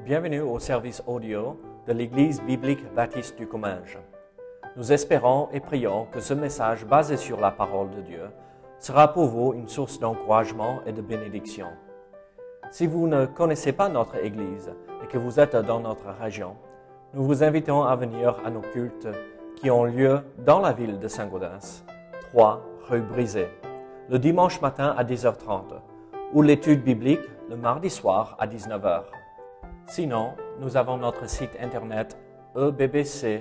Bienvenue au service audio de l'Église biblique baptiste du Comminges. Nous espérons et prions que ce message basé sur la parole de Dieu sera pour vous une source d'encouragement et de bénédiction. Si vous ne connaissez pas notre Église et que vous êtes dans notre région, nous vous invitons à venir à nos cultes qui ont lieu dans la ville de Saint-Gaudens, 3 rue Brisée, le dimanche matin à 10h30 ou l'étude biblique le mardi soir à 19h. Sinon, nous avons notre site internet ebbc.fr.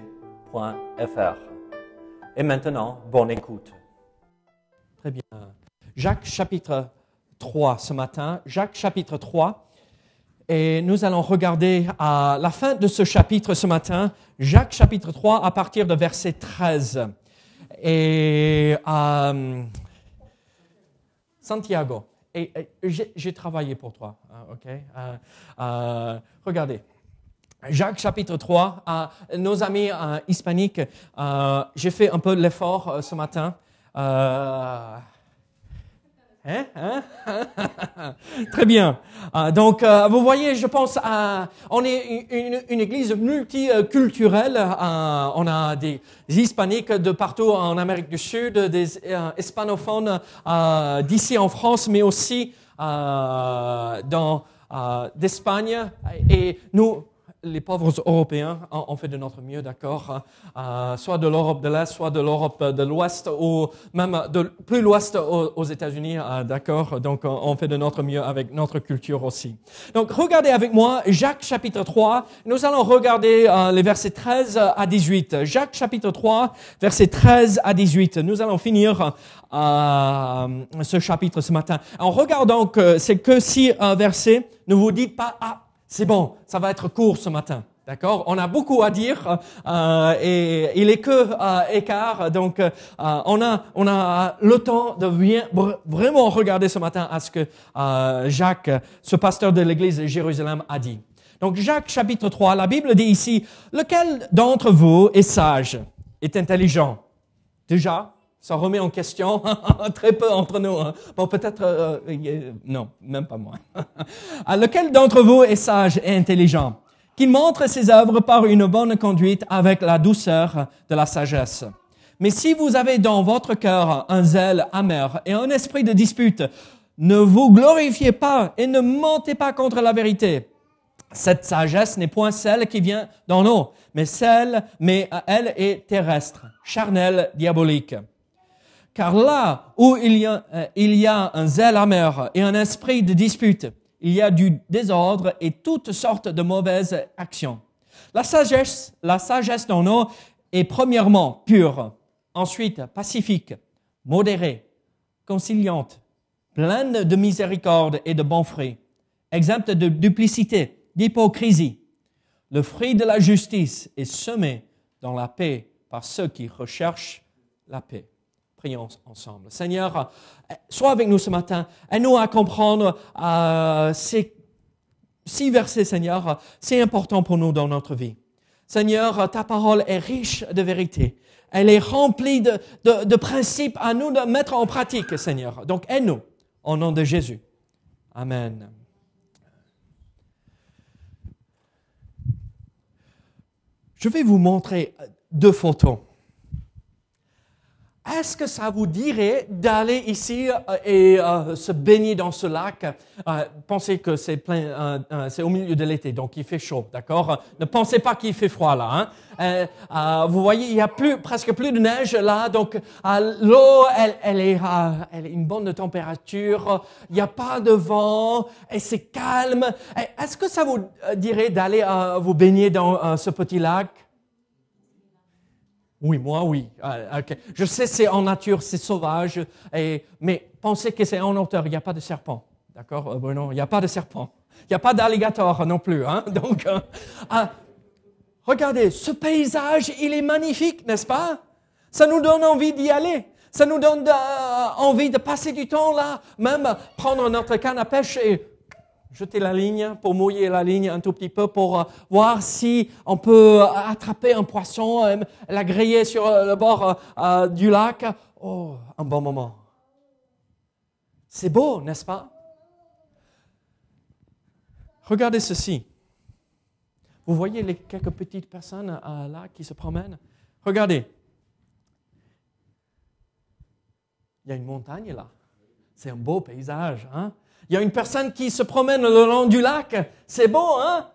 Et maintenant, bonne écoute. Très bien. Jacques chapitre 3 ce matin. Jacques chapitre 3. Et nous allons regarder à la fin de ce chapitre ce matin, Jacques chapitre 3 à partir de verset 13. Et Santiago. Et j'ai travaillé pour toi, ok? Regardez, Jacques chapitre 3, nos amis hispaniques, j'ai fait un peu l'effort ce matin. Très bien. Donc, vous voyez, je pense, on est une église multiculturelle. On a des hispaniques de partout en Amérique du Sud, des hispanophones d'ici en France, mais aussi d'Espagne. Et nous, les pauvres Européens, on fait de notre mieux, d'accord, soit de l'Europe de l'Est, soit de l'Europe de l'Ouest, ou même de plus l'Ouest aux États-Unis, d'accord. Donc, on fait de notre mieux avec notre culture aussi. Donc, regardez avec moi Jacques chapitre 3. Nous allons regarder les versets 13 à 18. Jacques chapitre 3, versets 13 à 18. Nous allons finir ce chapitre ce matin. En regardant que c'est que 6 versets, ne vous dites pas, c'est bon, ça va être court ce matin, d'accord? On a beaucoup à dire et il est que écart, donc on a le temps de vraiment regarder ce matin à ce que Jacques, ce pasteur de l'église de Jérusalem, a dit. Donc Jacques chapitre 3, la Bible dit ici, lequel d'entre vous est sage, est intelligent? Déjà, ça remet en question très peu entre nous. Bon, peut-être, non, même pas moi. Lequel d'entre vous est sage et intelligent, qui montre ses œuvres par une bonne conduite avec la douceur de la sagesse? Mais si vous avez dans votre cœur un zèle amer et un esprit de dispute, ne vous glorifiez pas et ne mentez pas contre la vérité. Cette sagesse n'est point celle qui vient d'en haut, mais elle est terrestre, charnelle, diabolique. Car là où il y a un zèle amer et un esprit de dispute, il y a du désordre et toutes sortes de mauvaises actions. La sagesse d'en haut est premièrement pure, ensuite pacifique, modérée, conciliante, pleine de miséricorde et de bons fruits, exempte de duplicité, d'hypocrisie. Le fruit de la justice est semé dans la paix par ceux qui recherchent la paix. Prions ensemble. Seigneur, sois avec nous ce matin. Aide-nous à comprendre ces 6 versets, Seigneur. C'est important pour nous dans notre vie. Seigneur, ta parole est riche de vérité. Elle est remplie de principes à nous de mettre en pratique, Seigneur. Donc, aide-nous au nom de Jésus. Amen. Je vais vous montrer 2 photos. Est-ce que ça vous dirait d'aller ici et se baigner dans ce lac? Pensez que c'est au milieu de l'été, donc il fait chaud, d'accord? Ne pensez pas qu'il fait froid là. Vous voyez, il y a presque plus de neige là, donc l'eau, elle est une bonne température. Il n'y a pas de vent et c'est calme. Est-ce que ça vous dirait d'aller vous baigner dans ce petit lac? Oui, moi, oui. Okay. Je sais, c'est en nature, c'est sauvage, mais pensez que c'est en hauteur, il n'y a pas de serpent. D'accord? Non, il n'y a pas de serpent. Il n'y a pas d'alligator non plus. Donc, regardez, ce paysage, il est magnifique, n'est-ce pas? Ça nous donne envie d'y aller. Ça nous donne envie de passer du temps là, même prendre notre canne à pêche et jeter la ligne, pour mouiller la ligne un tout petit peu, pour voir si on peut attraper un poisson, la griller sur le bord du lac. Oh, un bon moment. C'est beau, n'est-ce pas? Regardez ceci. Vous voyez les quelques petites personnes là qui se promènent? Regardez. Il y a une montagne là. C'est un beau paysage. Hein? Il y a une personne qui se promène le long du lac. C'est beau, hein?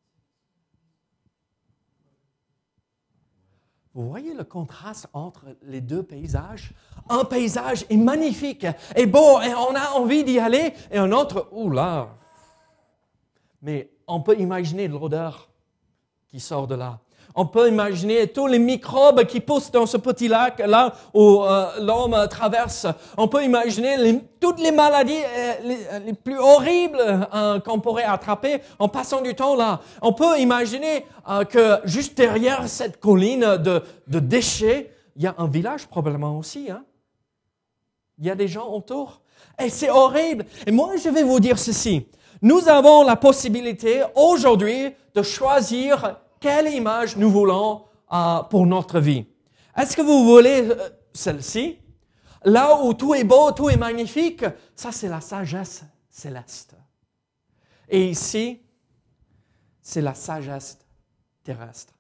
Vous voyez le contraste entre les deux paysages? Un paysage est magnifique, est beau, et on a envie d'y aller, et un autre, oula! Mais on peut imaginer l'odeur qui sort de là. On peut imaginer tous les microbes qui poussent dans ce petit lac, là où l'homme traverse. On peut imaginer toutes les maladies les plus horribles qu'on pourrait attraper en passant du temps là. On peut imaginer que juste derrière cette colline de déchets, il y a un village probablement aussi. Hein? Il y a des gens autour. Et c'est horrible. Et moi, je vais vous dire ceci. Nous avons la possibilité aujourd'hui de choisir quelle image nous voulons pour notre vie. Est-ce que vous voulez celle-ci? Là où tout est beau, tout est magnifique, ça c'est la sagesse céleste. Et ici, c'est la sagesse terrestre.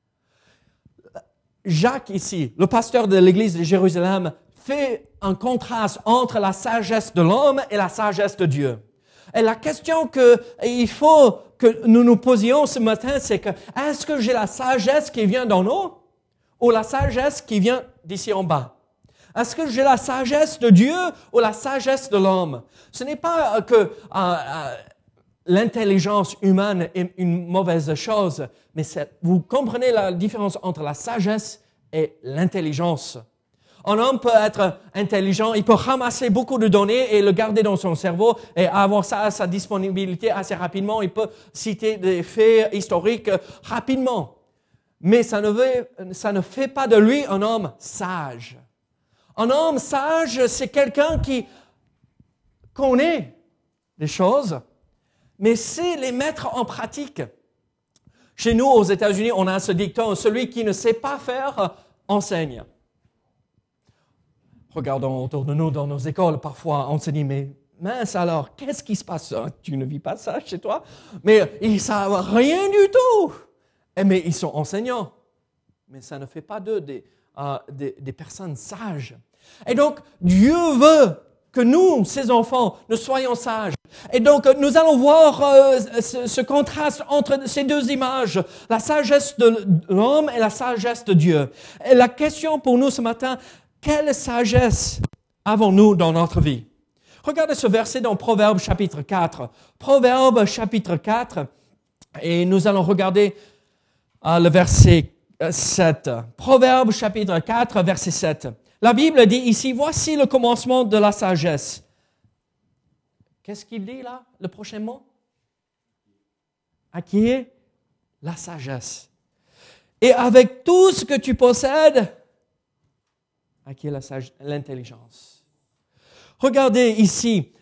Jacques ici, le pasteur de l'église de Jérusalem, fait un contraste entre la sagesse de l'homme et la sagesse de Dieu. Et la question qu'il faut que nous nous posions ce matin, c'est que est-ce que j'ai la sagesse qui vient d'en haut ou la sagesse qui vient d'ici en bas? Est-ce que j'ai la sagesse de Dieu ou la sagesse de l'homme? Ce n'est pas que l'intelligence humaine est une mauvaise chose, mais vous comprenez la différence entre la sagesse et l'intelligence. Un homme peut être intelligent, il peut ramasser beaucoup de données et le garder dans son cerveau et avoir ça à sa disponibilité assez rapidement. Il peut citer des faits historiques rapidement. Mais ça ne fait pas de lui un homme sage. Un homme sage, c'est quelqu'un qui connaît les choses, mais sait les mettre en pratique. Chez nous, aux États-Unis, on a ce dicton, celui qui ne sait pas faire, enseigne. Regardons autour de nous dans nos écoles, parfois on se dit, mais mince alors, qu'est-ce qui se passe? Tu ne vis pas ça chez toi? Mais ils ne savent rien du tout. Mais ils sont enseignants. Mais ça ne fait pas d'eux des personnes sages. Et donc, Dieu veut que nous, ses enfants, nous soyons sages. Et donc, nous allons voir ce contraste entre ces deux images, la sagesse de l'homme et la sagesse de Dieu. Et la question pour nous ce matin, quelle sagesse avons-nous dans notre vie? Regardez ce verset dans Proverbes chapitre 4. Proverbes chapitre 4, et nous allons regarder le verset 7. Proverbes chapitre 4, verset 7. La Bible dit ici, voici le commencement de la sagesse. Qu'est-ce qu'il dit là, le prochain mot? Acquiert la sagesse. Et avec tout ce que tu possèdes, acquiert l'intelligence. Regardez ici,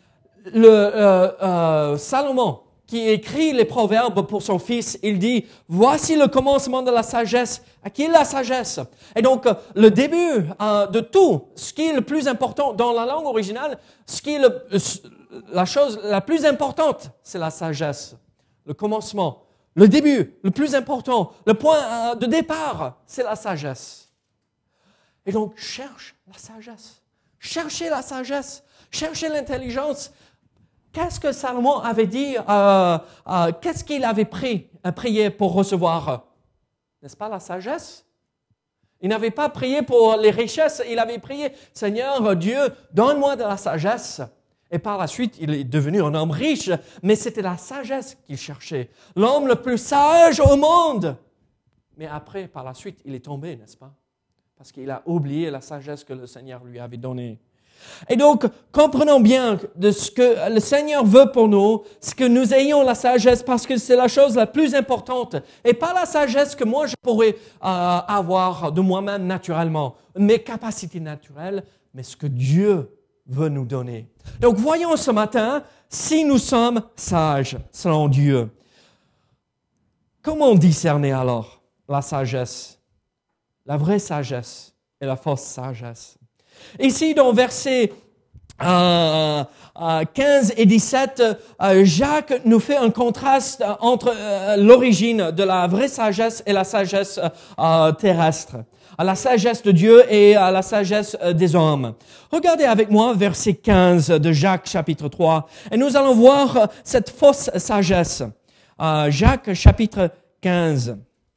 Salomon, qui écrit les proverbes pour son fils, il dit, voici le commencement de la sagesse. Acquiert la sagesse. Et donc, le début de tout, ce qui est le plus important dans la langue originale, ce qui est la chose la plus importante, c'est la sagesse. Le commencement, le début, le plus important, le point de départ, c'est la sagesse. Et donc, cherche la sagesse. Cherchez la sagesse. Cherchez l'intelligence. Qu'est-ce que Salomon avait dit? Qu'est-ce qu'il avait prié pour recevoir? N'est-ce pas la sagesse? Il n'avait pas prié pour les richesses. Il avait prié, Seigneur Dieu, donne-moi de la sagesse. Et par la suite, il est devenu un homme riche. Mais c'était la sagesse qu'il cherchait. L'homme le plus sage au monde. Mais après, par la suite, il est tombé, n'est-ce pas? Parce qu'il a oublié la sagesse que le Seigneur lui avait donnée. Et donc, comprenons bien de ce que le Seigneur veut pour nous, c'est que nous ayons la sagesse parce que c'est la chose la plus importante. Et pas la sagesse que moi je pourrais avoir de moi-même naturellement, mes capacités naturelles, mais ce que Dieu veut nous donner. Donc, voyons ce matin si nous sommes sages selon Dieu. Comment discerner alors la sagesse? La vraie sagesse et la fausse sagesse. Ici, dans verset 15 et 17, Jacques nous fait un contraste entre l'origine de la vraie sagesse et la sagesse terrestre, la sagesse de Dieu et la sagesse des hommes. Regardez avec moi verset 15 de Jacques chapitre 3 et nous allons voir cette fausse sagesse. Jacques chapitre 15,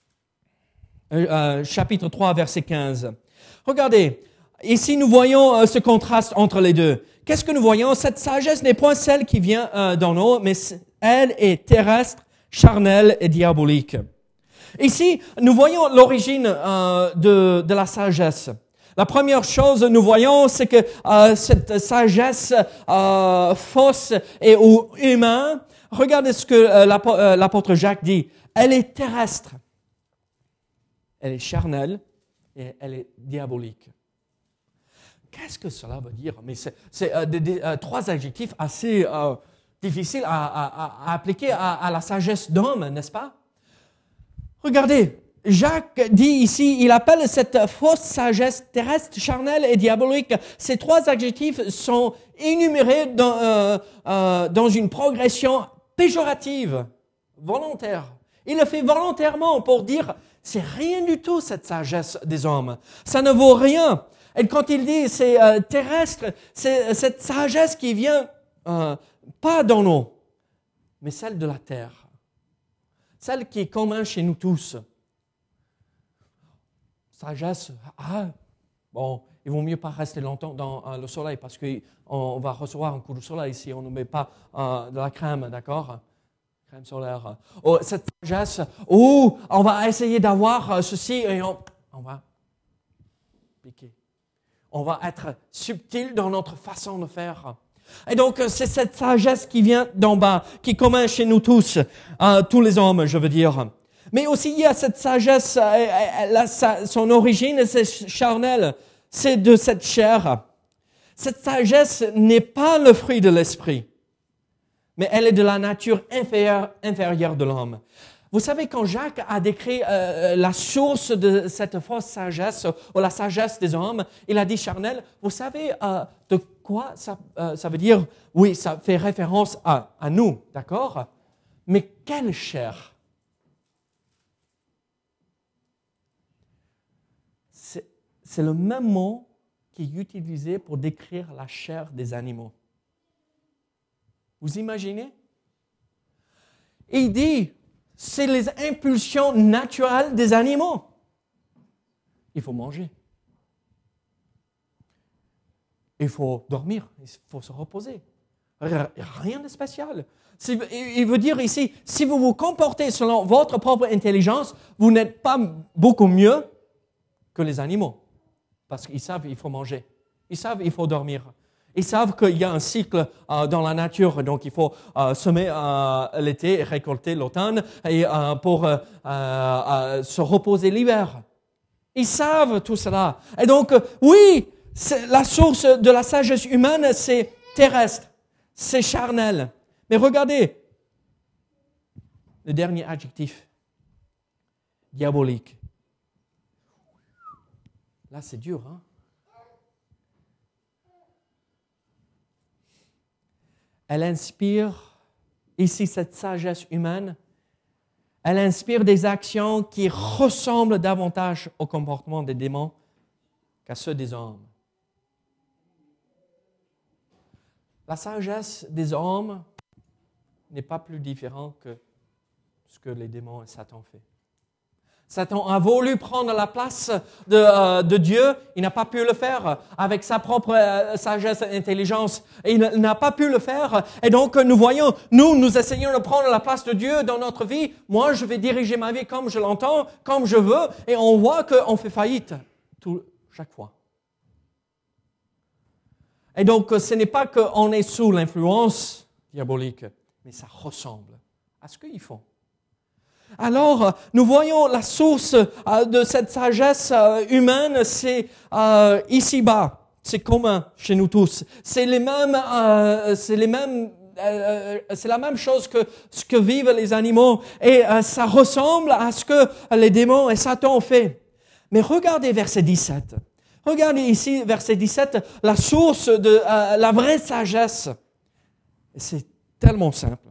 chapitre 3 verset 15. Regardez, ici nous voyons ce contraste entre les deux. Qu'est-ce que nous voyons? Cette sagesse n'est point celle qui vient d'en haut, mais elle est terrestre, charnelle et diabolique. Ici, nous voyons l'origine de la sagesse. La première chose nous voyons, c'est que cette sagesse fausse et ou humaine, regardez ce que l'apôtre Jacques dit. Elle est terrestre, elle est charnelle et elle est diabolique. Qu'est-ce que cela veut dire? Mais c'est trois adjectifs assez difficiles à appliquer à la sagesse d'homme, n'est-ce pas? Regardez, Jacques dit ici, il appelle cette fausse sagesse terrestre, charnelle et diabolique. Ces trois adjectifs sont énumérés dans une progression péjorative, volontaire. Il le fait volontairement pour dire, c'est rien du tout cette sagesse des hommes. Ça ne vaut rien. Et quand il dit c'est terrestre, c'est cette sagesse qui vient pas d'en haut, mais celle de la terre. Celle qui est commune chez nous tous. Sagesse, bon, il vaut mieux pas rester longtemps dans le soleil parce qu'on va recevoir un coup de soleil si on ne met pas de la crème, d'accord? Crème solaire. Cette sagesse, on va essayer d'avoir ceci et on va piquer. On va être subtil dans notre façon de faire. Et donc, c'est cette sagesse qui vient d'en bas, qui est commune chez nous tous, tous les hommes, je veux dire. Mais aussi, il y a cette sagesse, son origine, c'est charnel, c'est de cette chair. Cette sagesse n'est pas le fruit de l'esprit, mais elle est de la nature inférieure de l'homme. Vous savez, quand Jacques a décrit la source de cette fausse sagesse, ou la sagesse des hommes, il a dit charnel. Vous savez de quoi ça veut dire? Oui, ça fait référence à nous, d'accord? Mais quelle chair? C'est le même mot qui est utilisé pour décrire la chair des animaux. Vous imaginez? Il dit, c'est les impulsions naturelles des animaux. Il faut manger. Il faut dormir. Il faut se reposer. Rien de spécial. Il veut dire ici, si vous vous comportez selon votre propre intelligence, vous n'êtes pas beaucoup mieux que les animaux. Parce qu'ils savent qu'il faut manger. Ils savent qu'il faut dormir. Ils savent qu'il y a un cycle dans la nature, donc il faut semer l'été et récolter l'automne et pour se reposer l'hiver. Ils savent tout cela. Et donc, oui, la source de la sagesse humaine, c'est terrestre, c'est charnel. Mais regardez, le dernier adjectif, diabolique. Là, c'est dur, hein? Elle inspire, ici, cette sagesse humaine, elle inspire des actions qui ressemblent davantage au comportement des démons qu'à ceux des hommes. La sagesse des hommes n'est pas plus différente que ce que les démons et Satan font. Satan a voulu prendre la place de Dieu, il n'a pas pu le faire avec sa propre sagesse et intelligence. Et il n'a pas pu le faire. Et donc nous voyons, nous essayons de prendre la place de Dieu dans notre vie. Moi, je vais diriger ma vie comme je l'entends, comme je veux. Et on voit qu'on fait faillite chaque fois. Et donc ce n'est pas qu'on est sous l'influence diabolique, mais ça ressemble à ce qu'ils font. Alors, nous voyons la source de cette sagesse humaine, c'est ici-bas, c'est commun chez nous tous. C'est la même chose que ce que vivent les animaux et ça ressemble à ce que les démons et Satan ont fait. Mais regardez verset 17. Regardez ici, verset 17, la source de la vraie sagesse. Et c'est tellement simple.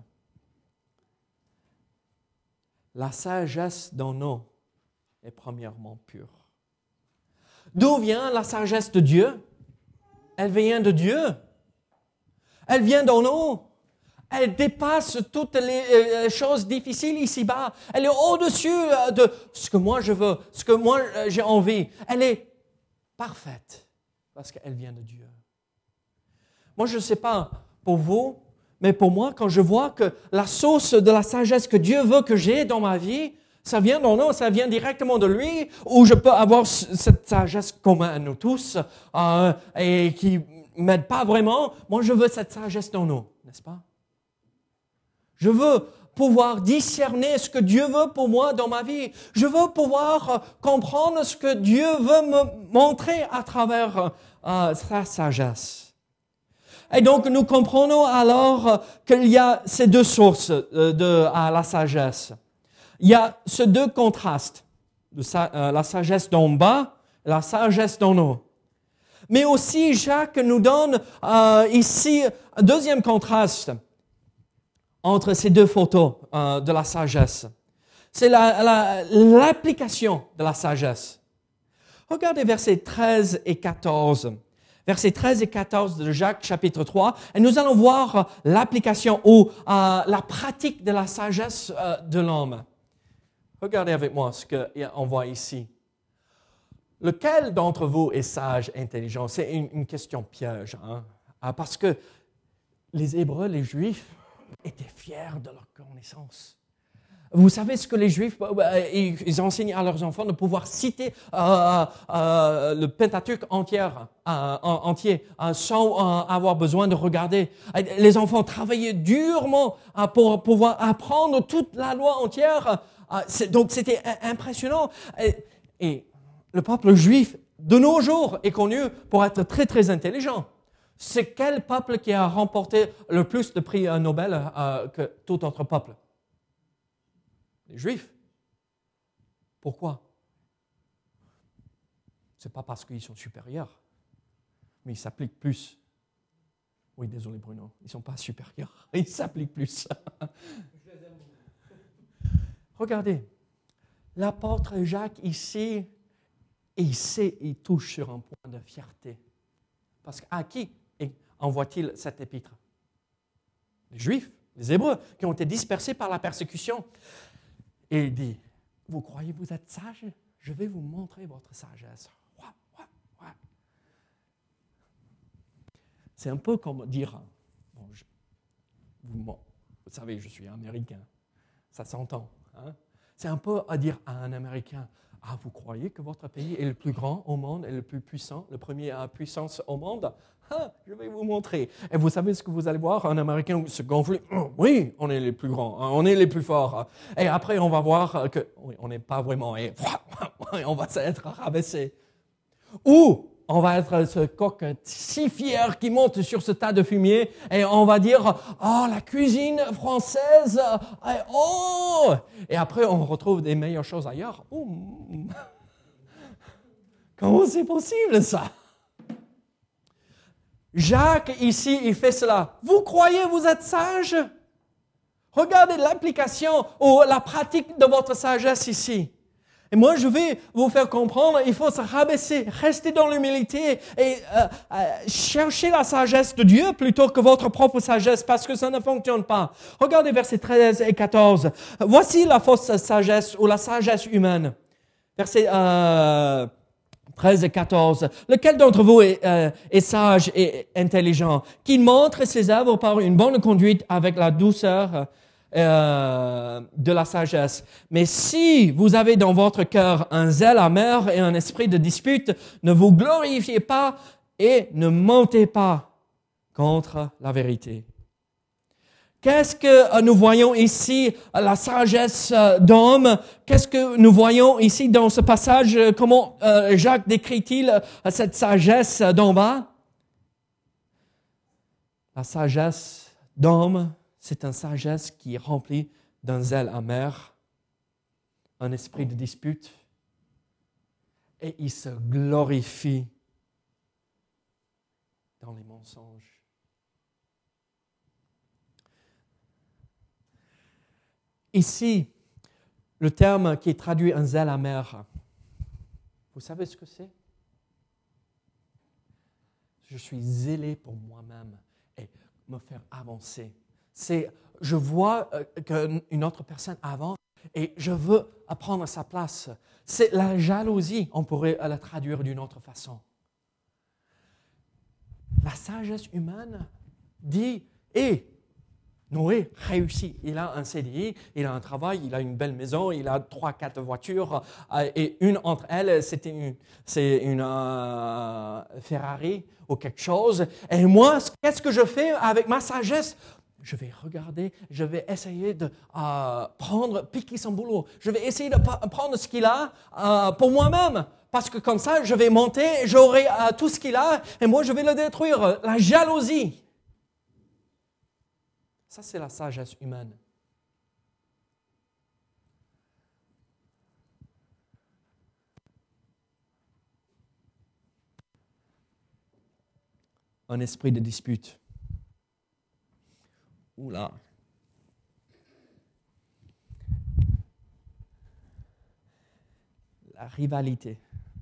La sagesse d'en nous est premièrement pure. D'où vient la sagesse de Dieu? Elle vient de Dieu. Elle vient d'en nous. Elle dépasse toutes les choses difficiles ici-bas. Elle est au-dessus de ce que moi je veux, ce que moi j'ai envie. Elle est parfaite parce qu'elle vient de Dieu. Moi, je ne sais pas pour vous, mais pour moi, quand je vois que la source de la sagesse que Dieu veut que j'ai dans ma vie, ça vient d'en nous, ça vient directement de lui, ou je peux avoir cette sagesse commune à nous tous et qui ne m'aide pas vraiment. Moi, je veux cette sagesse dans nous, n'est-ce pas? Je veux pouvoir discerner ce que Dieu veut pour moi dans ma vie. Je veux pouvoir comprendre ce que Dieu veut me montrer à travers sa sagesse. Et donc, nous comprenons alors qu'il y a ces deux sources à la sagesse. Il y a ces deux contrastes, la sagesse d'en bas et la sagesse d'en haut. Mais aussi, Jacques nous donne ici un deuxième contraste entre ces deux photos de la sagesse. C'est l'application de la sagesse. Regardez versets 13 et 14. Versets 13 et 14 de Jacques chapitre 3. Et nous allons voir l'application ou la pratique de la sagesse de l'homme. Regardez avec moi ce qu'on voit ici. Lequel d'entre vous est sage, intelligent? C'est une question piège. Parce que les Hébreux, les Juifs, étaient fiers de leur connaissance. Vous savez ce que les Juifs, ils enseignent à leurs enfants de pouvoir citer le Pentateuque entier sans avoir besoin de regarder. Les enfants travaillaient durement pour pouvoir apprendre toute la loi entière. Donc c'était impressionnant. Et le peuple juif de nos jours est connu pour être très très intelligent. C'est quel peuple qui a remporté le plus de prix Nobel que tout autre peuple? Les Juifs. Pourquoi? Ce n'est pas parce qu'ils sont supérieurs, mais ils s'appliquent plus. Oui, désolé Bruno, ils ne sont pas supérieurs, ils s'appliquent plus. Regardez, l'apôtre Jacques ici, il touche sur un point de fierté. Parce qu'à qui envoie-t-il cette épître? Les Juifs, les Hébreux, qui ont été dispersés par la persécution. Et il dit, vous croyez vous êtes sage? Je vais vous montrer votre sagesse. C'est un peu comme dire, vous savez, je suis américain, ça s'entend. Hein? C'est un peu à dire à un Américain, vous croyez que votre pays est le plus grand au monde et le plus puissant, le premier à puissance au monde? Je vais vous montrer. Et vous savez ce que vous allez voir? Un Américain se gonfler. Oui, on est les plus grands, on est les plus forts. Et après, on va voir que oui, on n'est pas vraiment. Et on va être rabaissé. Ou on va être ce coq si fier qui monte sur ce tas de fumier et on va dire « Oh, la cuisine française! Oh! » Et après, on retrouve des meilleures choses ailleurs. Comment c'est possible, ça? Jacques, ici, il fait cela. Vous croyez vous êtes sage? Regardez l'application ou la pratique de votre sagesse ici. Et moi, je vais vous faire comprendre, il faut se rabaisser, rester dans l'humilité et chercher la sagesse de Dieu plutôt que votre propre sagesse, parce que ça ne fonctionne pas. Regardez versets 13 et 14. Voici la fausse sagesse ou la sagesse humaine. Versets 13 et 14. Lequel d'entre vous est sage et intelligent, qui montre ses œuvres par une bonne conduite avec la douceur de la sagesse. Mais si vous avez dans votre cœur un zèle amer et un esprit de dispute, ne vous glorifiez pas et ne mentez pas contre la vérité. Qu'est-ce que nous voyons ici, la sagesse d'homme? Qu'est-ce que nous voyons ici dans ce passage? Comment Jacques décrit-il cette sagesse d'en bas? La sagesse d'homme, c'est une sagesse qui est remplie d'un zèle amer, un esprit de dispute, et il se glorifie dans les mensonges. Ici, le terme qui est traduit un zèle amer, vous savez ce que c'est? Je suis zélé pour moi-même et me faire avancer. Je vois qu'une autre personne avance et je veux prendre sa place. C'est la jalousie, on pourrait la traduire d'une autre façon. La sagesse humaine dit, Noé réussit. Il a un CDI, il a un travail, il a une belle maison, il a 3-4 voitures et une entre elles, c'est une Ferrari ou quelque chose. Et moi, qu'est-ce que je fais avec ma sagesse? Je vais regarder, je vais essayer de piquer son boulot. Je vais essayer de prendre ce qu'il a pour moi-même. Parce que comme ça, je vais monter, j'aurai tout ce qu'il a et moi, je vais le détruire. La jalousie. Ça, c'est la sagesse humaine. Un esprit de dispute. Oula. La rivalité.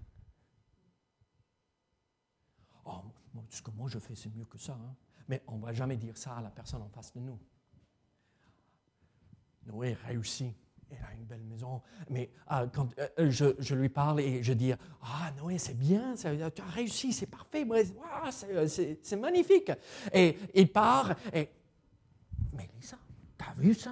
Oh, ce que moi je fais, c'est mieux que ça. Hein? Mais on ne va jamais dire ça à la personne en face de nous. Noé réussit, il a une belle maison. Mais quand je lui parle et je dis « Ah, Noé, c'est bien, tu as réussi, c'est parfait, c'est magnifique. » Et il part et « Mais Lisa, t'as vu ça? »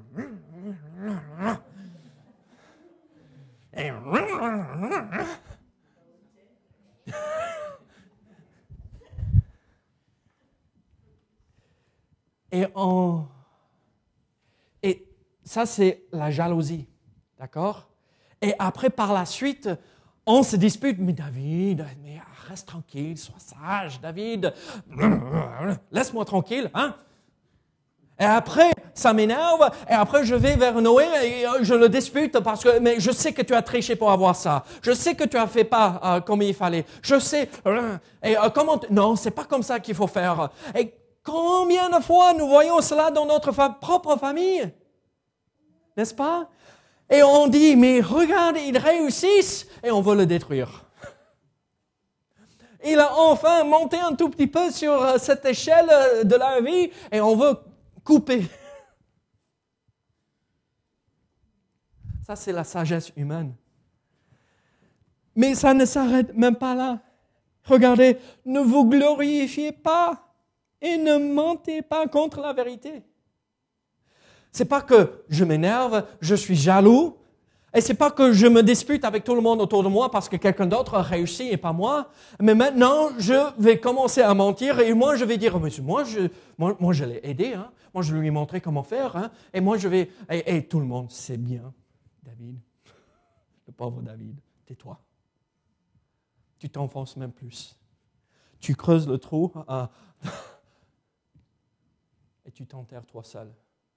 Et ça, c'est la jalousie, d'accord? Et après, par la suite, on se dispute. Mais David, reste tranquille, sois sage, David. Laisse-moi tranquille, hein? Et après, ça m'énerve. Et après, je vais vers Noé et je le dispute parce que mais je sais que tu as triché pour avoir ça. Je sais que tu as fait pas comme il fallait. Je sais. Et comment? Non, c'est pas comme ça qu'il faut faire. Et combien de fois nous voyons cela dans notre propre famille? N'est-ce pas? Et on dit, mais regarde, ils réussissent et on veut le détruire. Il a enfin monté un tout petit peu sur cette échelle de la vie et on veut couper. Ça, c'est la sagesse humaine. Mais ça ne s'arrête même pas là. Regardez, ne vous glorifiez pas et ne mentez pas contre la vérité. C'est pas que je m'énerve, je suis jaloux, et c'est pas que je me dispute avec tout le monde autour de moi parce que quelqu'un d'autre a réussi et pas moi. Mais maintenant, je vais commencer à mentir et moi, je vais dire, mais moi, je l'ai aidé, hein. Moi, je lui ai montré comment faire, hein. Et moi, je vais... Et tout le monde sait bien, David, le pauvre David, tais-toi. Tu t'enfonces même plus. Tu creuses le trou et tu t'enterres toi seul.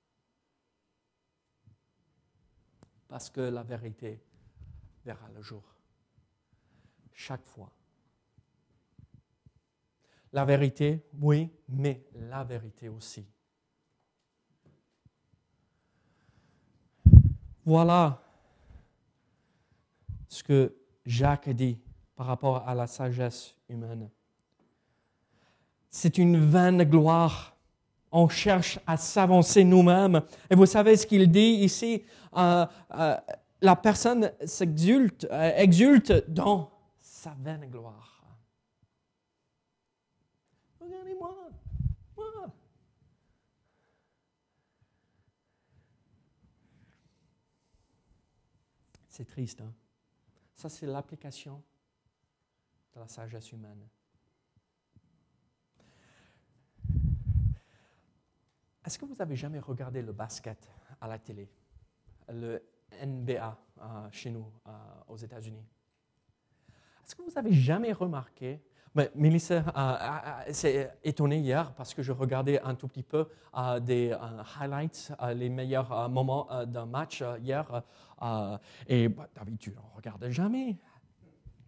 Parce que la vérité verra le jour. Chaque fois. La vérité, oui, mais la vérité aussi. Voilà ce que Jacques dit par rapport à la sagesse humaine. C'est une vaine gloire. On cherche à s'avancer nous-mêmes. Et vous savez ce qu'il dit ici? La personne exulte dans sa vaine gloire. Regardez-moi, moi. C'est triste, hein? Ça, c'est l'application de la sagesse humaine. Est-ce que vous avez jamais regardé le basket à la télé, le NBA chez nous aux États-Unis? Est-ce que vous avez jamais remarqué, Mélissa s'est étonnée hier parce que je regardais un tout petit peu des highlights, les meilleurs moments d'un match hier, et d'habitude on ne regarde jamais.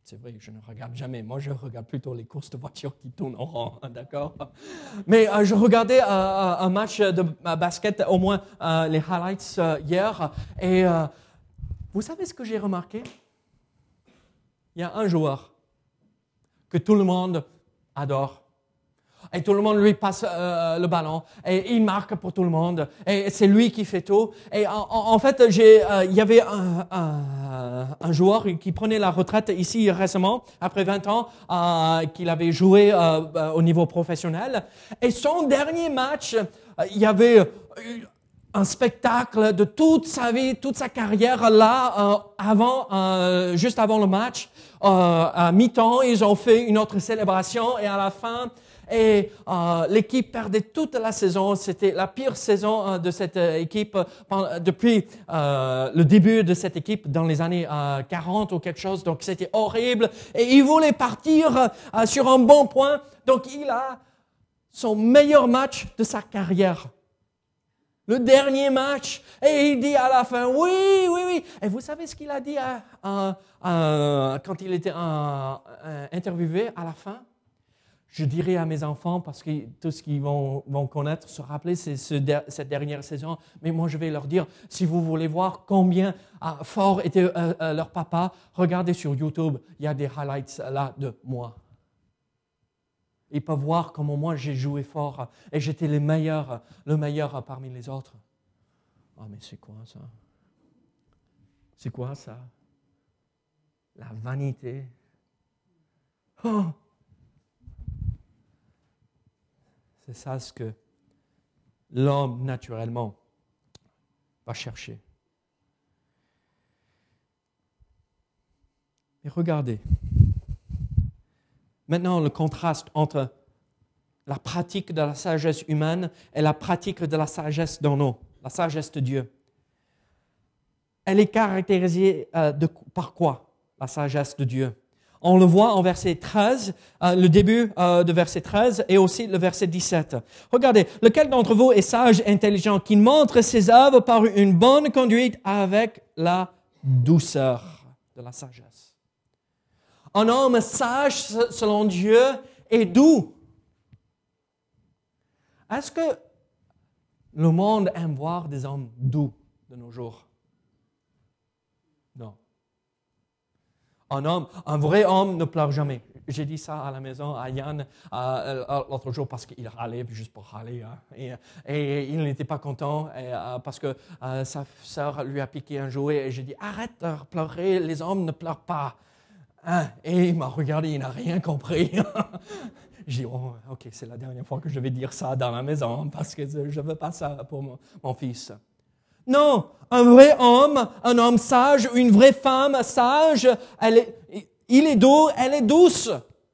C'est vrai, je ne regarde jamais. Moi, je regarde plutôt les courses de voitures qui tournent en rond, d'accord? Mais je regardais un match de basket, au moins les highlights hier. Et vous savez ce que j'ai remarqué? Il y a un joueur que tout le monde adore. Et tout le monde lui passe le ballon. Et il marque pour tout le monde. Et c'est lui qui fait tout. Et en fait, il y avait un joueur qui prenait la retraite ici récemment, après 20 ans, qu'il avait joué au niveau professionnel. Et son dernier match, il y avait un spectacle de toute sa vie, toute sa carrière là, juste avant le match. À mi-temps, ils ont fait une autre célébration et à la fin, l'équipe perdait toute la saison. C'était la pire saison de cette équipe depuis le début de cette équipe dans les années 40 ou quelque chose. Donc c'était horrible et il voulait partir sur un bon point. Donc il a son meilleur match de sa carrière. Le dernier match, et il dit à la fin, oui. Et vous savez ce qu'il a dit quand il était interviewé à la fin? Je dirais à mes enfants, parce que tout ce qu'ils vont connaître, se rappeler, c'est cette dernière saison, mais moi je vais leur dire, si vous voulez voir combien fort était leur papa, regardez sur YouTube, il y a des highlights là de moi. Ils peuvent voir comment moi j'ai joué fort et j'étais le meilleur parmi les autres. Ah, mais c'est quoi ça? C'est quoi ça? La vanité. Oh! C'est ça ce que l'homme naturellement va chercher. Et regardez. Maintenant, le contraste entre la pratique de la sagesse humaine et la pratique de la sagesse d'en haut, la sagesse de Dieu. Elle est caractérisée par quoi, la sagesse de Dieu? On le voit en verset 13, le début de verset 13 et aussi le verset 17. Regardez, lequel d'entre vous est sage et intelligent, qui montre ses œuvres par une bonne conduite avec la douceur de la sagesse? Un homme sage, selon Dieu, est doux. Est-ce que le monde aime voir des hommes doux de nos jours? Non. Un vrai homme ne pleure jamais. J'ai dit ça à la maison à Yann l'autre jour parce qu'il râlait juste pour râler. Hein, et il n'était pas content parce que sa sœur lui a piqué un jouet. Et j'ai dit, arrête de pleurer, les hommes ne pleurent pas. Hein? Et il m'a regardé, il n'a rien compris. J'ai dit, oh, ok, c'est la dernière fois que je vais dire ça dans la maison parce que je ne veux pas ça pour mon fils. Non, un vrai homme, un homme sage, une vraie femme sage, il est doux, elle est douce.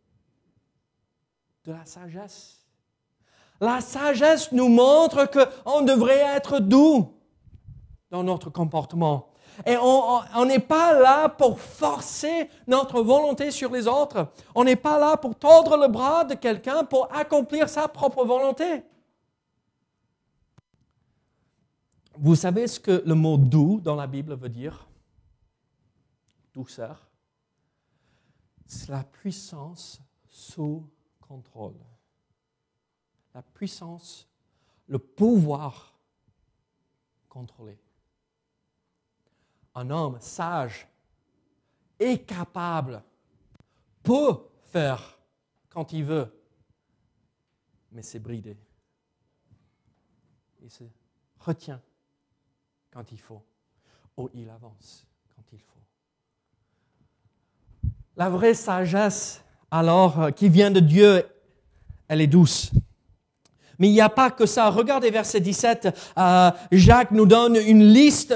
De la sagesse. La sagesse nous montre qu'on devrait être doux dans notre comportement. Et on n'est pas là pour forcer notre volonté sur les autres. On n'est pas là pour tordre le bras de quelqu'un pour accomplir sa propre volonté. Vous savez ce que le mot doux dans la Bible veut dire? Douceur. C'est la puissance sous contrôle. La puissance, le pouvoir contrôler. Un homme sage est capable, peut faire quand il veut, mais c'est bridé. Il se retient quand il faut, ou il avance quand il faut. La vraie sagesse, alors, qui vient de Dieu, elle est douce. Mais il n'y a pas que ça. Regardez verset 17. Jacques nous donne une liste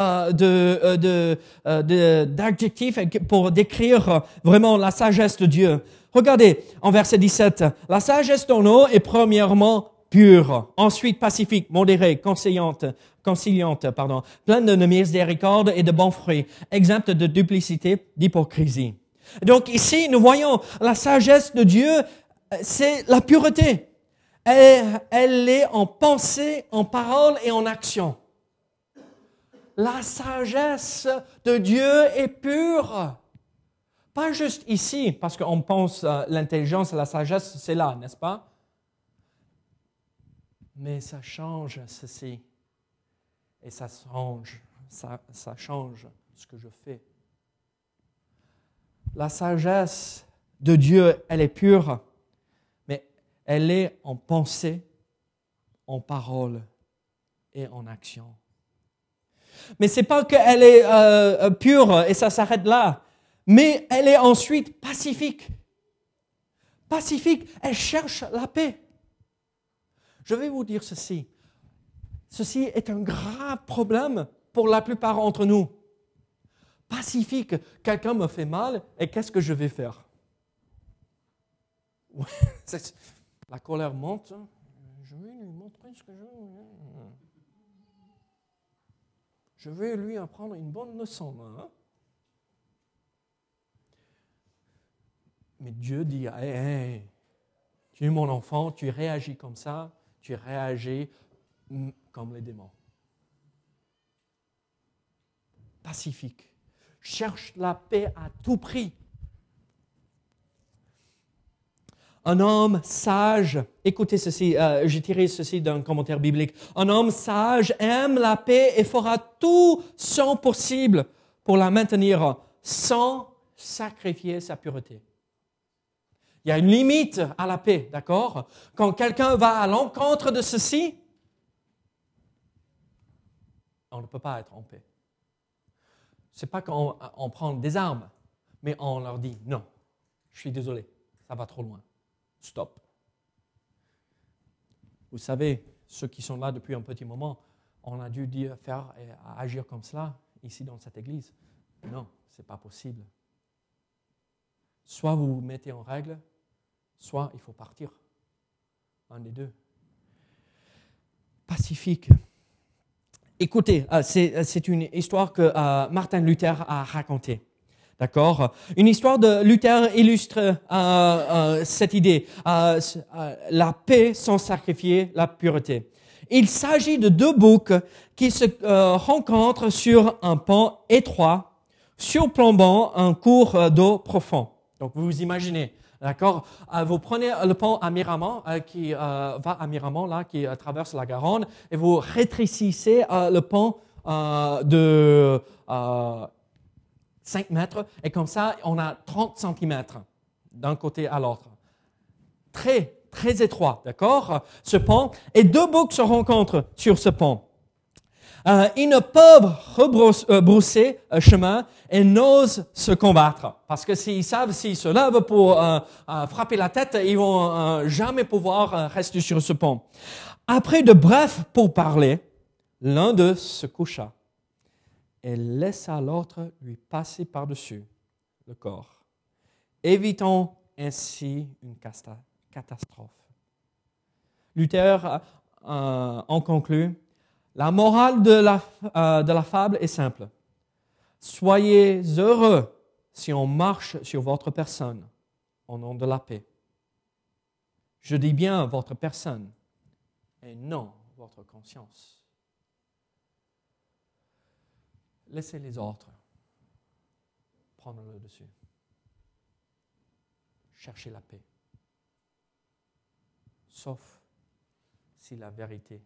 d'adjectifs pour décrire vraiment la sagesse de Dieu. Regardez en verset 17. La sagesse d'en haut est premièrement pure, ensuite pacifique, modérée, conciliante, pleine de miséricorde et de bons fruits, exempte de duplicité, d'hypocrisie. Donc ici, nous voyons la sagesse de Dieu, c'est la pureté. Elle est en pensée, en parole et en action. La sagesse de Dieu est pure. Pas juste ici, parce qu'on pense l'intelligence et la sagesse, c'est là, n'est-ce pas? Mais ça change ceci. Et ça change ce que je fais. La sagesse de Dieu, elle est pure, mais elle est en pensée, en parole et en action. Mais ce n'est pas qu'elle est pure et ça s'arrête là, mais elle est ensuite pacifique. Pacifique, elle cherche la paix. Je vais vous dire ceci. Ceci est un grave problème pour la plupart d'entre nous. Pacifique, quelqu'un me fait mal et qu'est-ce que je vais faire? La colère monte. Je vais lui montrer ce que je veux. Je vais lui apprendre une bonne leçon. Hein? Mais Dieu dit, hey, tu es mon enfant, tu réagis comme ça, tu réagis comme les démons. Pacifique. Cherche la paix à tout prix. Un homme sage, écoutez ceci, j'ai tiré ceci d'un commentaire biblique. Un homme sage aime la paix et fera tout son possible pour la maintenir sans sacrifier sa pureté. Il y a une limite à la paix, d'accord? Quand quelqu'un va à l'encontre de ceci, on ne peut pas être en paix. Ce n'est pas qu'on prend des armes, mais on leur dit non, je suis désolé, ça va trop loin. Stop. Vous savez, ceux qui sont là depuis un petit moment, on a dû faire et agir comme cela ici dans cette église. Non, ce n'est pas possible. Soit vous vous mettez en règle, soit il faut partir. Un des deux. Pacifique. Écoutez, c'est une histoire que Martin Luther a racontée. D'accord? Une histoire de Luther illustre cette idée. La paix sans sacrifier la pureté. Il s'agit de deux boucs qui se rencontrent sur un pont étroit, surplombant un cours d'eau profond. Donc, vous vous imaginez, d'accord? Vous prenez le pont à Miramont, qui va à Miramont, là, qui traverse la Garonne, et vous rétrécissez le pont de 5 mètres, et comme ça, on a 30 centimètres d'un côté à l'autre. Très, très étroit, d'accord, ce pont, et deux boucs se rencontrent sur ce pont. Ils ne peuvent rebrousser chemin et n'osent se combattre, parce que s'ils savent, s'ils se lèvent pour frapper la tête, ils vont jamais pouvoir rester sur ce pont. Après de brefs pourparlers, l'un d'eux se coucha et laissa l'autre lui passer par-dessus le corps, évitant ainsi une catastrophe. Luther en conclut, la morale de la fable est simple. Soyez heureux si on marche sur votre personne au nom de la paix. Je dis bien votre personne et non votre conscience. Laissez les autres prendre le dessus. Cherchez la paix. Sauf si la vérité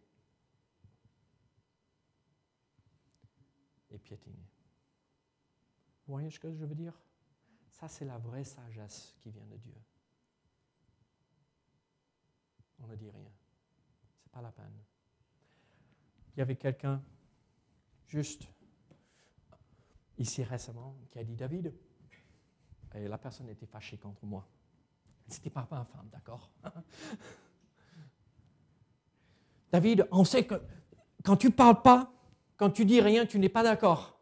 est piétinée. Vous voyez ce que je veux dire? Ça, c'est la vraie sagesse qui vient de Dieu. On ne dit rien. Ce n'est pas la peine. Il y avait quelqu'un, juste ici récemment, qui a dit David, et la personne était fâchée contre moi. C'était pas ma femme, d'accord? David, on sait que quand tu ne parles pas, quand tu dis rien, tu n'es pas d'accord.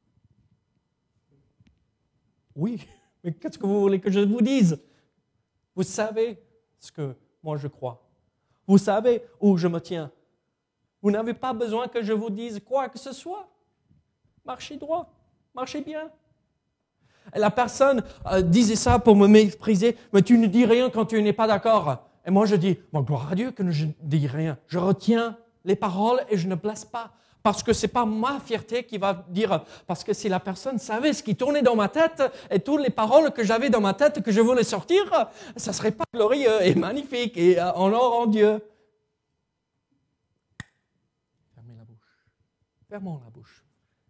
Oui, mais qu'est-ce que vous voulez que je vous dise? Vous savez ce que moi je crois. Vous savez où je me tiens. Vous n'avez pas besoin que je vous dise quoi que ce soit. Marchez droit, marchez bien. Et la personne disait ça pour me mépriser, mais tu ne dis rien quand tu n'es pas d'accord. Et moi je dis, gloire à Dieu que je ne dis rien. Je retiens les paroles et je ne blesse pas. parce que ce n'est pas ma fierté qui va dire, parce que si la personne savait ce qui tournait dans ma tête et toutes les paroles que j'avais dans ma tête que je voulais sortir, ça ne serait pas glorieux et magnifique et honore en Dieu. Fermez la bouche. Fermons la bouche.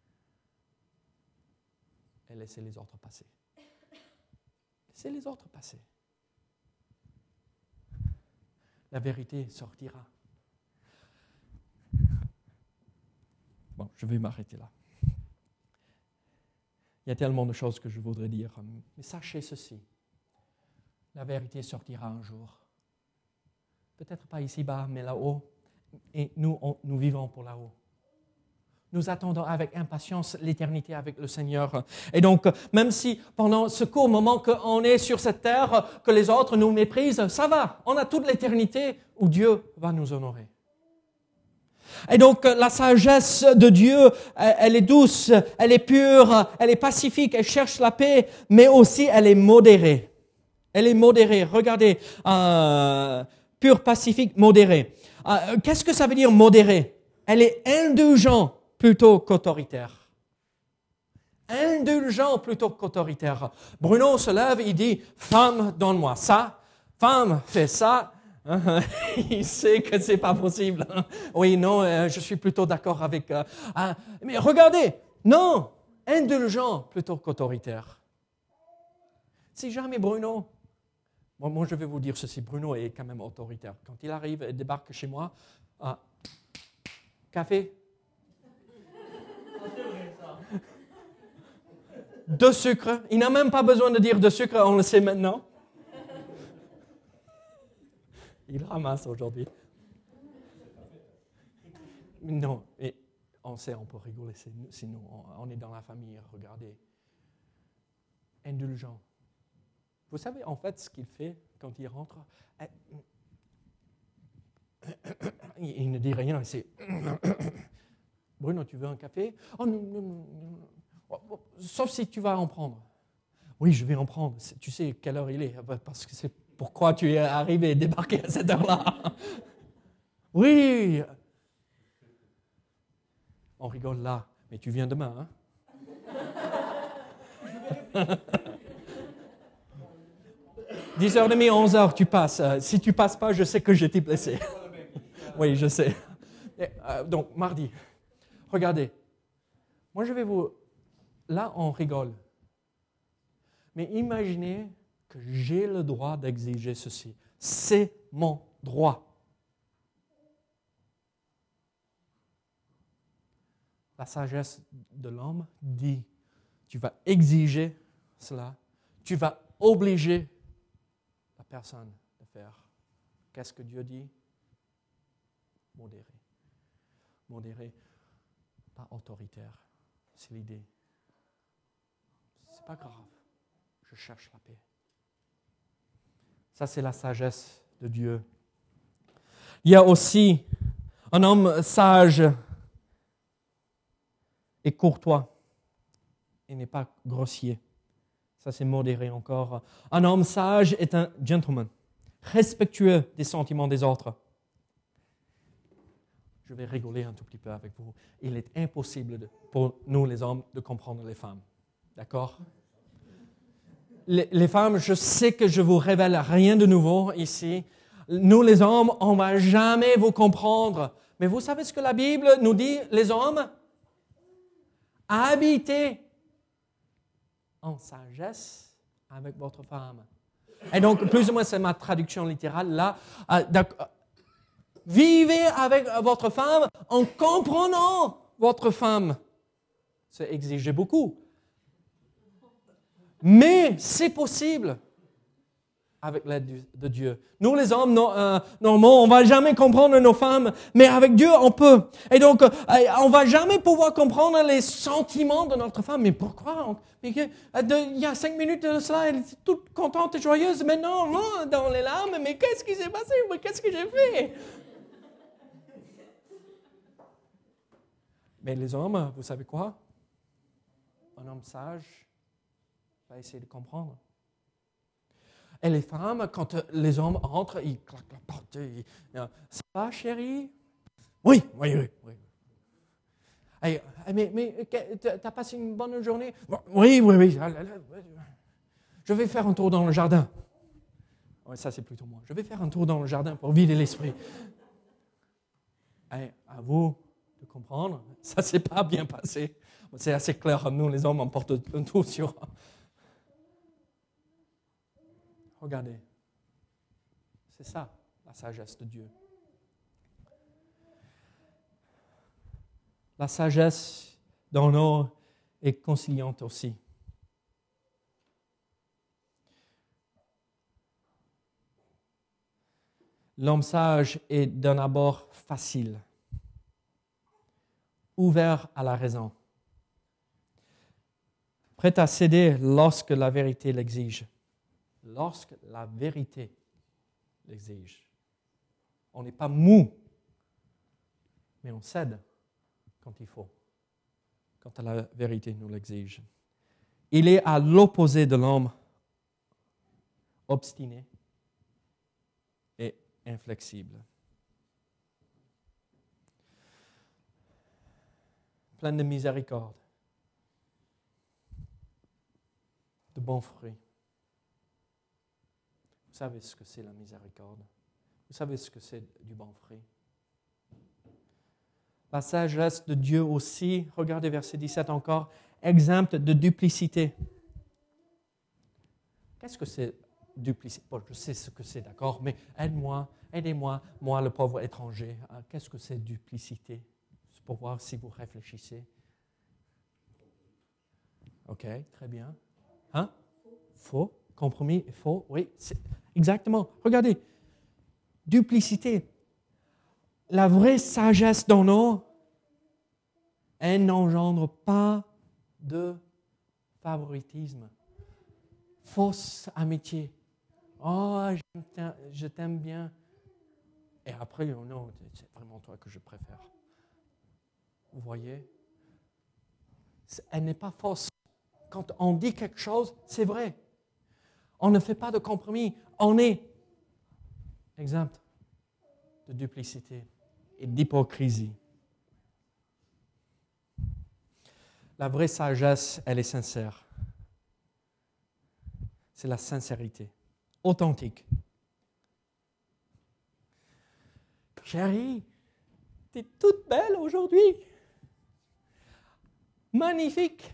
Et laissez les autres passer. Laissez les autres passer. La vérité sortira. Bon, je vais m'arrêter là. Il y a tellement de choses que je voudrais dire. Mais sachez ceci. La vérité sortira un jour. Peut-être pas ici-bas, mais là-haut. Et nous vivons pour là-haut. Nous attendons avec impatience l'éternité avec le Seigneur. Et donc, même si pendant ce court moment qu'on est sur cette terre, que les autres nous méprisent, ça va. On a toute l'éternité où Dieu va nous honorer. Et donc, la sagesse de Dieu, elle est douce, elle est pure, elle est pacifique, elle cherche la paix, mais aussi elle est modérée. Elle est modérée. Regardez, pure, pacifique, modérée. Qu'est-ce que ça veut dire modérée? Elle est indulgente plutôt qu'autoritaire. Indulgent plutôt qu'autoritaire. Bruno se lève, il dit, femme, donne-moi ça. Femme, fais ça. Il sait que c'est pas possible. Oui, non, je suis plutôt d'accord avec... mais regardez, non, indulgent plutôt qu'autoritaire. Si jamais Bruno... Moi, je vais vous dire ceci, Bruno est quand même autoritaire. Quand il arrive et débarque chez moi, café, 2 sucres. Il n'a même pas besoin de dire 2 sucres, on le sait maintenant. Il ramasse aujourd'hui. Non, et on sait, on peut rigoler, sinon on est dans la famille, regardez. Indulgent. Vous savez, en fait, ce qu'il fait quand il rentre, il ne dit rien, c'est... Bruno, tu veux un café? Oh non, non, non. Sauf si tu vas en prendre. Oui, je vais en prendre. Tu sais quelle heure il est? Parce que c'est pourquoi tu es arrivé, débarqué à cette heure-là. Oui. On rigole là, mais tu viens demain, hein? 10h30, 11h, tu passes. Si tu passes pas, je sais que je t'ai blessé. Oui, je sais. Donc, mardi. Regardez. Moi, je vais vous... Là, on rigole. Mais imaginez que j'ai le droit d'exiger ceci. C'est mon droit. La sagesse de l'homme dit, tu vas exiger cela, tu vas obliger la personne de faire. Qu'est-ce que Dieu dit? Modéré. Modéré, pas autoritaire. C'est l'idée. C'est pas grave. Je cherche la paix. Ça, c'est la sagesse de Dieu. Il y a aussi un homme sage et courtois et n'est pas grossier. Ça, c'est modéré encore. Un homme sage est un gentleman, respectueux des sentiments des autres. Je vais rigoler un tout petit peu avec vous. Il est impossible pour nous, les hommes, de comprendre les femmes. D'accord? Les femmes, je sais que je vous révèle rien de nouveau ici. Nous, les hommes, on ne va jamais vous comprendre. Mais vous savez ce que la Bible nous dit, les hommes? Habitez en sagesse avec votre femme. Et donc, plus ou moins, c'est ma traduction littérale là. Vivez avec votre femme en comprenant votre femme. C'est exiger beaucoup. Mais c'est possible avec l'aide de Dieu. Nous, les hommes, normalement, on ne va jamais comprendre nos femmes, mais avec Dieu, on peut. Et donc, on ne va jamais pouvoir comprendre les sentiments de notre femme. Mais pourquoi? Il y a 5 minutes de cela, elle était toute contente et joyeuse. Mais non, dans les larmes, mais qu'est-ce qui s'est passé? Mais qu'est-ce que j'ai fait? Mais les hommes, vous savez quoi? Un homme sage va essayer de comprendre. Et les femmes, quand les hommes entrent, ils claquent la porte. Ça va, chérie? Oui. Mais tu as passé une bonne journée? Oui. Je vais faire un tour dans le jardin. Oui, ça c'est plutôt moi. Je vais faire un tour dans le jardin pour vider l'esprit. À vous de comprendre, ça ne s'est pas bien passé. C'est assez clair, nous les hommes, on porte un tour sur... Regardez, c'est ça la sagesse de Dieu. La sagesse dans nous est conciliante aussi. L'homme sage est d'un abord facile, ouvert à la raison, prêt à céder lorsque la vérité l'exige. Lorsque la vérité l'exige. On n'est pas mou, mais on cède quand il faut, quand la vérité nous l'exige. Il est à l'opposé de l'homme obstiné et inflexible. Plein de miséricorde, de bons fruits. Vous savez ce que c'est la miséricorde. Vous savez ce que c'est du bon fruit. La sagesse de Dieu aussi, regardez verset 17 encore, exempte de duplicité. Qu'est-ce que c'est duplicité? Bon, je sais ce que c'est, d'accord, mais aidez-moi, moi le pauvre étranger. Qu'est-ce que c'est duplicité? C'est pour voir si vous réfléchissez. OK, très bien. Faux, compromis, faux, oui, exactement. Regardez, duplicité. La vraie sagesse dans nous, elle n'engendre pas de favoritisme. Fausse amitié. Oh, je t'aime bien. Et après, oh non, c'est vraiment toi que je préfère. Vous voyez? Elle n'est pas fausse. Quand on dit quelque chose, c'est vrai. On ne fait pas de compromis. On est exempt de duplicité et d'hypocrisie. La vraie sagesse, elle est sincère. C'est la sincérité, authentique. Chérie, tu es toute belle aujourd'hui. Magnifique.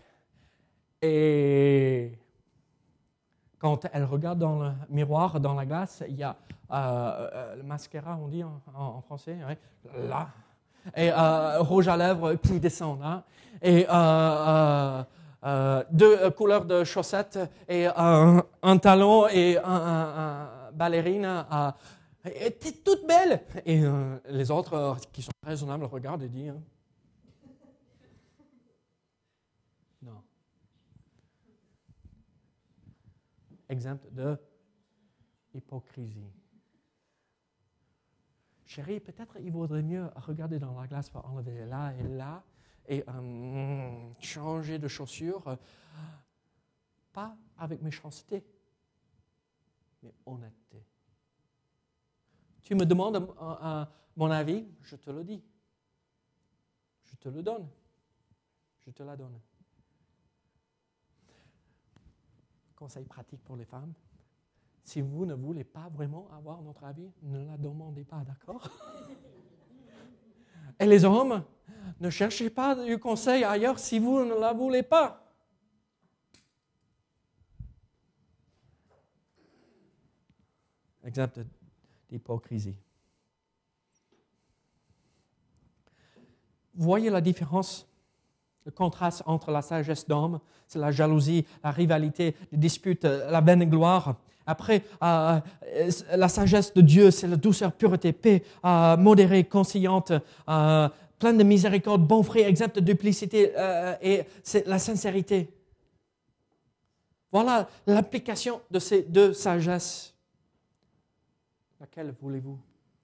Et quand elle regarde dans le miroir, dans la glace, il y a le mascara, on dit en français, ouais, là. Et rouge à lèvres qui descend là. Et deux couleurs de chaussettes et un talon et un ballerine. T'es toute belle. Et les autres qui sont raisonnables regardent et disent non. Exempt de hypocrisie. Chérie, peut-être il vaudrait mieux regarder dans la glace pour enlever là et changer de chaussure. Pas avec méchanceté, mais honnêteté. Tu me demandes mon avis, je te le dis. Je te le donne. Je te la donne. Conseil pratique pour les femmes. Si vous ne voulez pas vraiment avoir notre avis, ne la demandez pas, d'accord? Et les hommes, ne cherchez pas du conseil ailleurs si vous ne la voulez pas. Exemple d'hypocrisie. Vous voyez la différence? Le contraste entre la sagesse d'homme, c'est la jalousie, la rivalité, les disputes, la vaine gloire. Après, la sagesse de Dieu, c'est la douceur, pureté, paix, modérée, conciliante, pleine de miséricorde, bon fruit, exempt de duplicité, et c'est la sincérité. Voilà l'application de ces deux sagesses. Laquelle voulez-vous?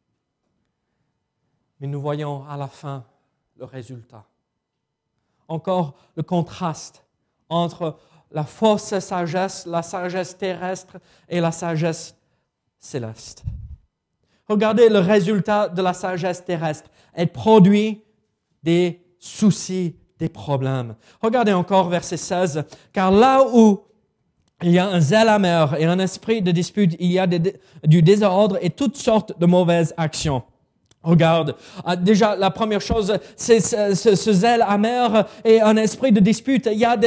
Mais nous voyons à la fin le résultat. Encore le contraste entre la fausse sagesse, la sagesse terrestre et la sagesse céleste. Regardez le résultat de la sagesse terrestre. Elle produit des soucis, des problèmes. Regardez encore verset 16. Car là où il y a un zèle amer et un esprit de dispute, il y a du désordre et toutes sortes de mauvaises actions. Regarde, déjà la première chose, c'est ce zèle amer et un esprit de dispute. Il y a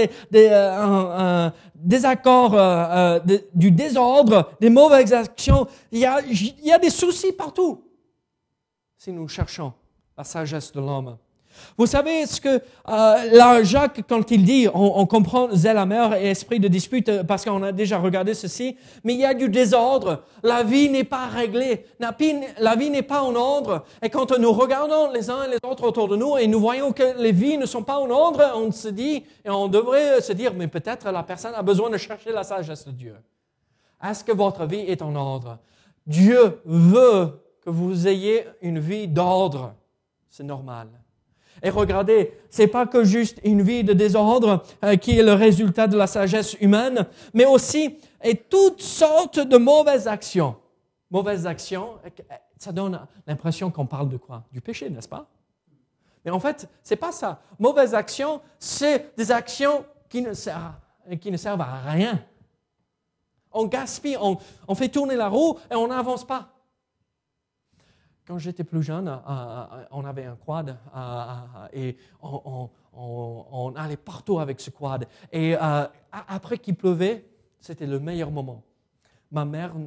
un désaccord, du désordre, des mauvaises actions. Il y a des soucis partout. Si nous cherchons la sagesse de l'homme. Vous savez ce que là Jacques, quand il dit, on comprend zèle amer et esprit de dispute parce qu'on a déjà regardé ceci, mais il y a du désordre, la vie n'est pas réglée, la vie n'est pas en ordre. Et quand nous regardons les uns et les autres autour de nous et nous voyons que les vies ne sont pas en ordre, on se dit, et on devrait se dire, mais peut-être la personne a besoin de chercher la sagesse de Dieu. Est-ce que votre vie est en ordre? Dieu veut que vous ayez une vie d'ordre, c'est normal. Et regardez, c'est pas que juste une vie de désordre qui est le résultat de la sagesse humaine, mais aussi et toutes sortes de mauvaises actions. Mauvaises actions, ça donne l'impression qu'on parle de quoi? Du péché, n'est-ce pas? Mais en fait, c'est pas ça. Mauvaises actions, c'est des actions qui ne servent à rien. On gaspille, on fait tourner la roue et on n'avance pas. Quand j'étais plus jeune, on avait un quad et on allait partout avec ce quad. Et après qu'il pleuvait, c'était le meilleur moment. Ma mère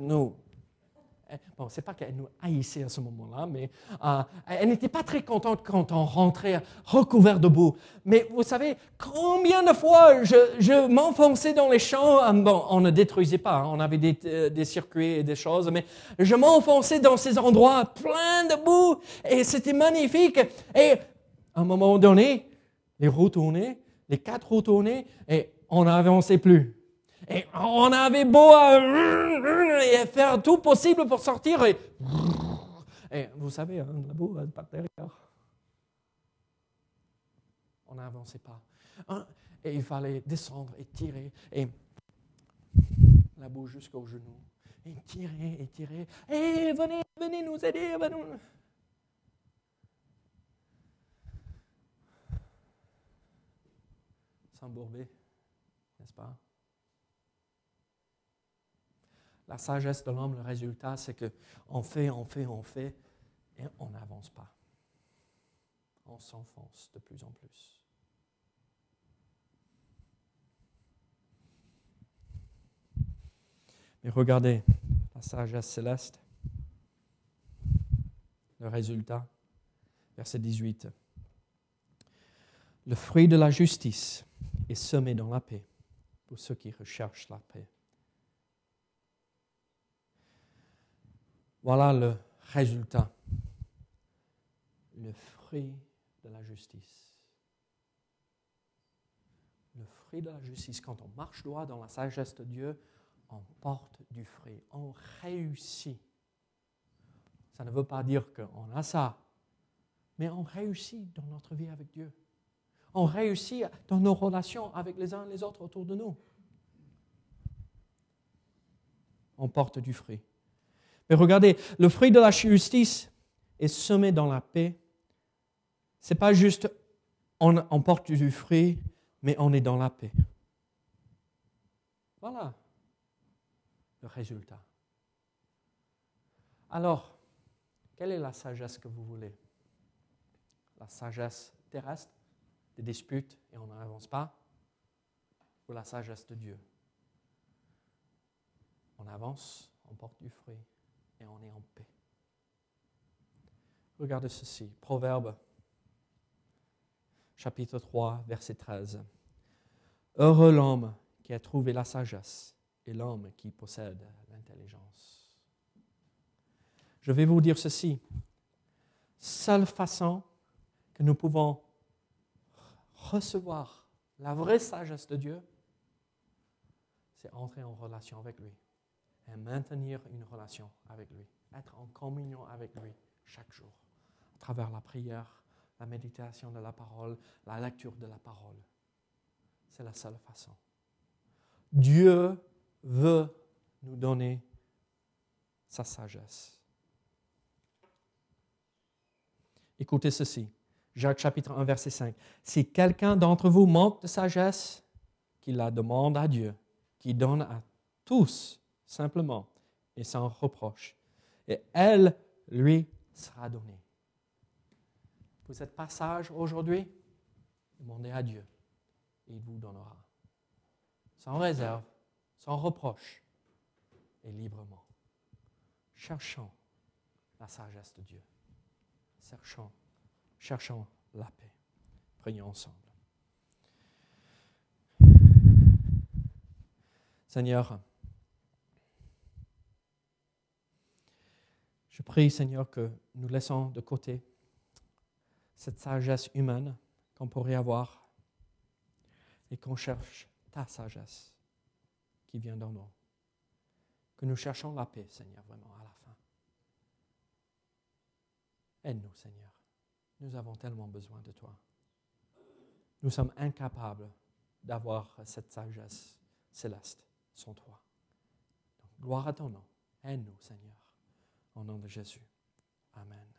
bon, c'est pas qu'elle nous haïssait à ce moment-là, mais elle n'était pas très contente quand on rentrait recouvert de boue. Mais vous savez, combien de fois je m'enfonçais dans les champs, bon, on ne détruisait pas, on avait des circuits et des choses, mais je m'enfonçais dans ces endroits pleins de boue, et c'était magnifique. Et à un moment donné, les roues tournaient, les 4 roues tournaient, et on n'avançait plus. Et on avait beau et faire tout possible pour sortir. Et vous savez, la boue par derrière. On n'avançait pas. Et il fallait descendre et tirer. Et la boue jusqu'aux genoux. Et tirer, et tirer. Et venez nous aider. S'embourber, n'est-ce pas? La sagesse de l'homme, le résultat, c'est qu'on fait, et on n'avance pas. On s'enfonce de plus en plus. Mais regardez, la sagesse céleste, le résultat, verset 18. Le fruit de la justice est semé dans la paix pour ceux qui recherchent la paix. Voilà le résultat, le fruit de la justice. Le fruit de la justice, quand on marche droit dans la sagesse de Dieu, on porte du fruit, on réussit. Ça ne veut pas dire qu'on a ça, mais on réussit dans notre vie avec Dieu. On réussit dans nos relations avec les uns et les autres autour de nous. On porte du fruit. Mais regardez, le fruit de la justice est semé dans la paix. Ce n'est pas juste on porte du fruit, mais on est dans la paix. Voilà le résultat. Alors, quelle est la sagesse que vous voulez? La sagesse terrestre, des disputes et on n'avance pas? Ou la sagesse de Dieu? On avance, on porte du fruit. Et on est en paix. Regardez ceci, Proverbe, chapitre 3, verset 13. Heureux l'homme qui a trouvé la sagesse et l'homme qui possède l'intelligence. Je vais vous dire ceci. Seule façon que nous pouvons recevoir la vraie sagesse de Dieu, c'est entrer en relation avec lui. Et maintenir une relation avec lui, être en communion avec lui chaque jour, à travers la prière, la méditation de la parole, la lecture de la parole. C'est la seule façon. Dieu veut nous donner sa sagesse. Écoutez ceci. Jacques chapitre 1, verset 5. Si quelqu'un d'entre vous manque de sagesse, qu'il la demande à Dieu, qui donne à tous simplement et sans reproche, et elle lui sera donnée. Vous êtes pas sage aujourd'hui? Demandez à Dieu et il vous donnera. Sans réserve, sans reproche et librement. Cherchons la sagesse de Dieu. Cherchons la paix. Prions ensemble. Seigneur, je prie, Seigneur, que nous laissons de côté cette sagesse humaine qu'on pourrait avoir et qu'on cherche ta sagesse qui vient d'en nous. Que nous cherchons la paix, Seigneur, vraiment à la fin. Aide-nous, Seigneur. Nous avons tellement besoin de toi. Nous sommes incapables d'avoir cette sagesse céleste sans toi. Donc, gloire à ton nom. Aide-nous, Seigneur. Au nom de Jésus. Amen.